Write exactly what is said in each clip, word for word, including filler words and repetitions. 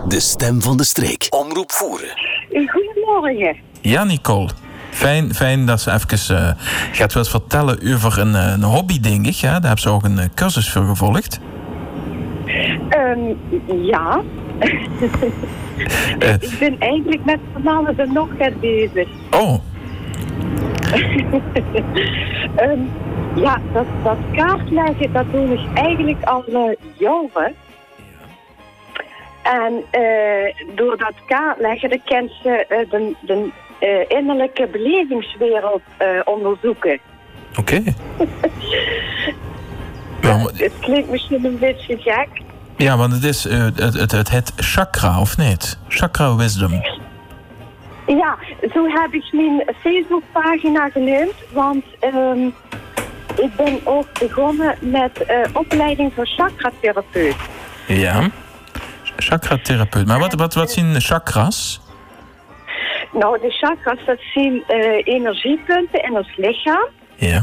De stem van de streek. Omroep Voeren. Goedemorgen. Ja, Nicole. Fijn, fijn dat ze even uh, gaat wat vertellen over een, een hobby, denk ik. Ja? Daar hebben ze ook een uh, cursus voor gevolgd. Um, ja. uh, ik ben eigenlijk met van alles en nog wat bezig. Oh. um, ja, dat, dat kaartleggen, dat doe ik eigenlijk al uh, jaren. En uh, door dat kaartleggen, dan kent ze uh, de, de uh, innerlijke belevingswereld uh, onderzoeken. Oké. Okay. Ja, het klinkt misschien een beetje gek. Ja, want het is uh, het, het, het, het chakra, of niet? Chakra wisdom. Ja, zo heb ik mijn Facebookpagina genoemd, want um, ik ben ook begonnen met uh, opleiding voor chakratherapeut. Ja, chakratherapeut. Maar wat, wat, wat zijn chakras? Nou, de chakras, dat zijn uh, energiepunten in ons lichaam. Ja.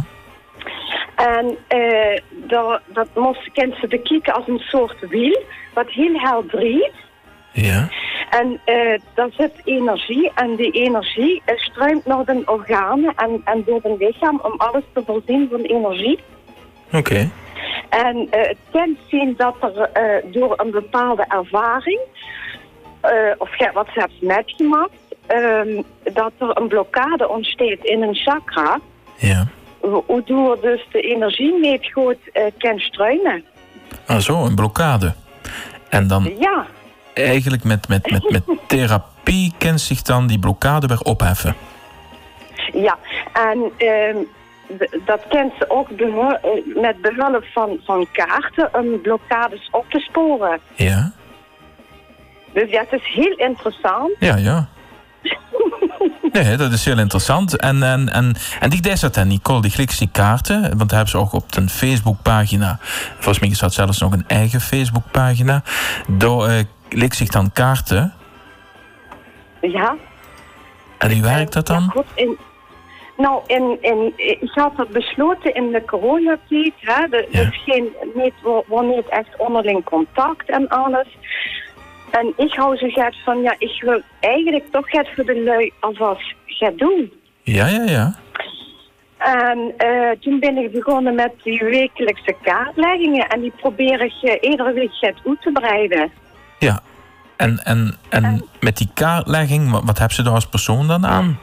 En uh, dat, dat moest, kent ze bekijken als een soort wiel, wat heel hel draait. Ja. En uh, daar zit energie en die energie uh, stroomt naar de organen en, en door het lichaam om alles te voorzien van energie. Oké. Okay. En uh, het kan zien dat er uh, door een bepaalde ervaring, uh, of je wat ze hebt metgemaakt, uh, dat er een blokkade ontstaat in een chakra. Ja. Waardoor dus de energie niet goed uh, kan stromen. Ah zo, een blokkade. En dan ja. eigenlijk met, met, met, met therapie kan zich dan die blokkade weer opheffen. Ja, en uh, d- dat kent ze ook beho- uh, met behulp van, van kaarten om blokkades op te sporen. Ja. Dus ja, het is heel interessant. Ja, ja. Nee, dat is heel interessant. En, en, en, en die deed dat dan, Nicole, die gliks die kaarten. Want daar hebben ze ook op een Facebookpagina. Volgens mij is dat zelfs nog een eigen Facebookpagina. Daar uh, ligt zich dan kaarten. Ja. En hoe werkt dat dan? Ja, goed, in, nou, in, in, ik had dat besloten in de coronatijd. Hè. De, ja. Dus geen, niet, was niet echt onderling contact en alles. En ik hou zo graag van, ja, ik wil eigenlijk toch het voor de lui alvast gaan doen. Ja, ja, ja. En uh, toen ben ik begonnen met die wekelijkse kaartleggingen. En die probeer ik uh, iedere week uit uit te breiden. Ja, en, en, en, en met die kaartlegging, wat, wat heb je daar als persoon dan aan?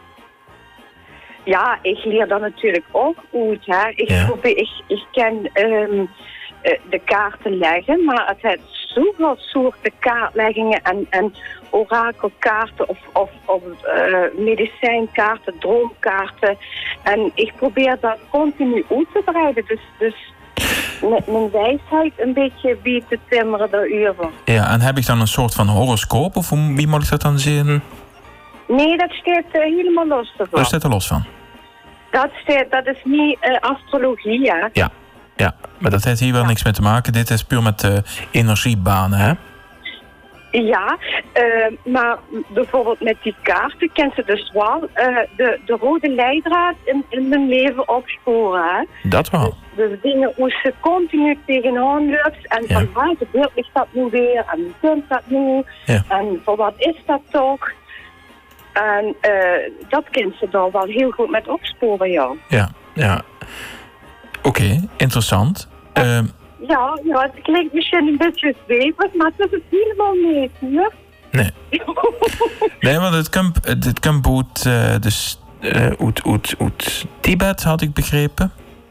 Ja, ik leer dat natuurlijk ook uit. Hè. Ik, ja. probeer, ik, ik ken um, uh, de kaarten leggen, maar het heeft zoveel soorten kaartleggingen en, en orakelkaarten of, of, of uh, medicijnkaarten, droomkaarten. En ik probeer dat continu uit te breiden. Dus, dus met mijn wijsheid een beetje bij te timmeren daarover. Ja, en heb ik dan een soort van horoscoop of hoe, wie moet ik dat dan zien? Nee, dat staat uh, helemaal los ervan. Daar staat er los van? Dat, staat, dat is niet uh, astrologie, ja. Ja. Ja, maar dat heeft hier wel ja. niks mee te maken. Dit is puur met uh, energiebanen, hè? Ja, uh, maar bijvoorbeeld met die kaarten kent ze dus wel uh, de, de rode leidraad in, in mijn leven opsporen, hè? Dat wel. Dus, dus dingen hoe ze continu tegenaan loopt en ja. van waar gebeurt is dat nu weer en hoe komt dat nu ja. en voor wat is dat toch? En uh, dat kent ze dan wel heel goed met opsporen, ja. Ja, ja. Oké, okay, interessant. Ja, uh, ja, ja, het klinkt misschien een beetje zweverig, maar het is het helemaal niet, hè? Nee. Nee, want het komt, het komt uit, uh, dus, uh, uit, uit, uit Tibet, had ik begrepen.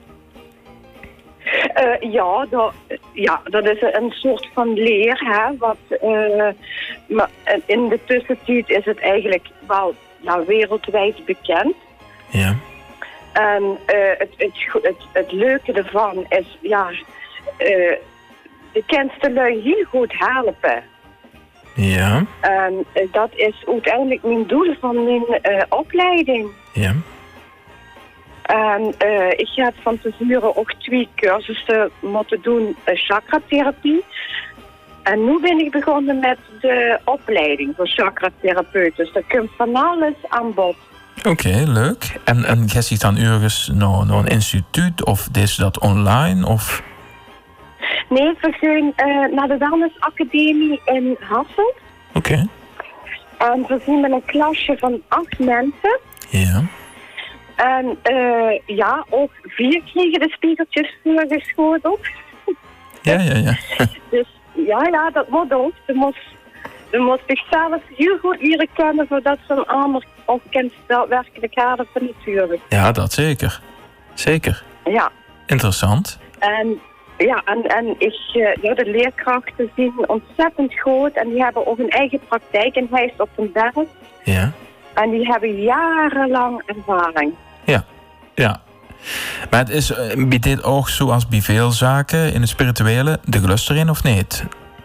Uh, ja, dat, ja, dat is een soort van leer, hè. Wat, uh, maar in de tussentijd is het eigenlijk wel ja, wereldwijd bekend. Ja. En uh, het, het, het, het leuke ervan is, ja, uh, de kentste lui heel goed helpen. Ja. En uh, dat is uiteindelijk mijn doel van mijn uh, opleiding. Ja. En uh, ik heb van tevoren ook twee cursussen moeten doen, uh, chakratherapie. En nu ben ik begonnen met de opleiding voor chakratherapeut. Dus er komt van alles aan bod. Oké, okay, leuk. En, en ga je dan ergens naar, naar een instituut of is dat online? Of? Nee, we zijn uh, naar de Wellnessacademie in Hasselt. Oké. Okay. En we zijn met een klasje van acht mensen. Ja. En uh, ja, ook vier kregen de spiegeltjes voorgeschoteld. Ja, ja, ja. Dus ja, ja, dat wordt ook. Ze moest, ze moest zichzelf heel goed leren kennen voordat ze een ander ook kent werkelijk hadden van natuurlijk. Ja, dat zeker. Zeker. Ja. Interessant. En ja, en, en ik, ja, de leerkrachten zien ontzettend groot en die hebben ook een eigen praktijk in Heist op den Berg. Ja. En die hebben jarenlang ervaring. Ja, ja. Maar het is, biedt dit ook zoals bij veel zaken in het spirituele de gelust erin of niet?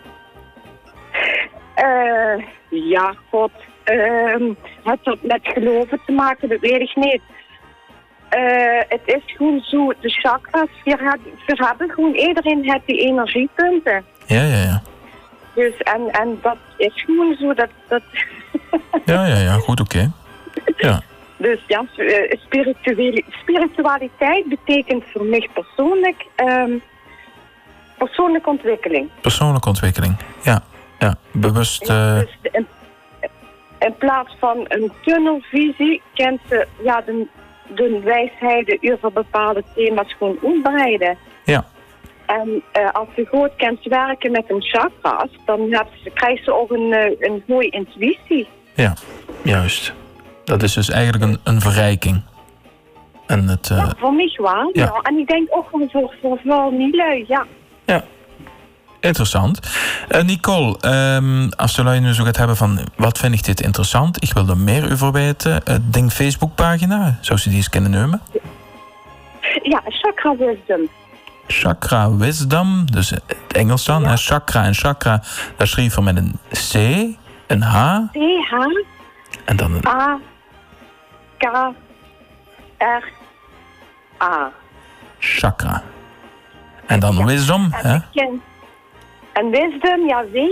Uh, ja, god. Uh, het heeft met geloven te maken, dat weet ik niet. Uh, het is gewoon zo, de chakras, we hebben, we hebben gewoon, iedereen heeft die energiepunten. Ja, ja, ja. Dus, en, en dat is gewoon zo, dat... dat ja, ja, ja, goed, oké. Okay. Ja. Dus ja, spiritualiteit betekent voor mij persoonlijk um, persoonlijke ontwikkeling. Persoonlijke ontwikkeling, ja. Ja, bewust... Uh... Ja, dus de, in, in plaats van een tunnelvisie kent ze ja, de, de wijsheden over bepaalde thema's gewoon uitbreiden. Ja. En uh, als je goed kent werken met een chakras, dan krijg je ook een, uh, een mooie intuïtie. Ja, juist. Dat is dus eigenlijk een, een verrijking. En het, uh... ja, voor mij wel. Ja. Ja. En ik denk ook gewoon voor, voor vooral niet lui, ja. Ja, interessant. Uh, Nicole, um, als de lui nu zo gaat hebben van... wat vind ik dit interessant? Ik wil er meer over weten. Uh, denk Facebookpagina, zou ze die eens kunnen nemen? Ja, Chakra Wisdom. Chakra Wisdom, dus het Engels dan. Ja. Hè? Chakra en chakra, daar schreef je met een C, een H. C, H. En dan een... A, K, R, A. Chakra. En dan ja. Wisdom, en hè? Ken, en Wisdom, ja, W,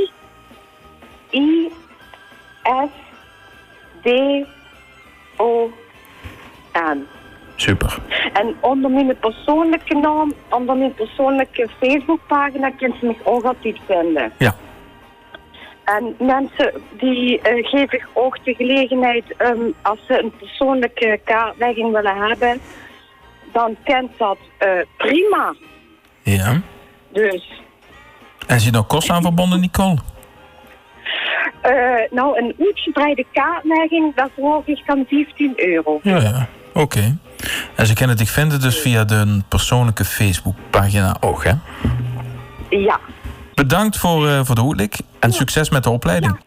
I, S, D, O, N. Super. En onder mijn persoonlijke naam, onder mijn persoonlijke Facebookpagina, kunt ze me ook altijd vinden. Ja. En mensen die uh, geef ik ook de gelegenheid, um, als ze een persoonlijke kaartlegging willen hebben, dan kent dat uh, prima. Ja. Dus. En zit er kosten aan verbonden, Nicole? Uh, nou, een uitgebreide kaartlegging, dat vraag ik dan vijftien euro. Ja, ja. Oké. Okay. En ze kunnen zich vinden dus via de persoonlijke Facebookpagina ook, hè? Ja. Bedankt voor, uh, voor de uitleg en succes met de opleiding. Ja.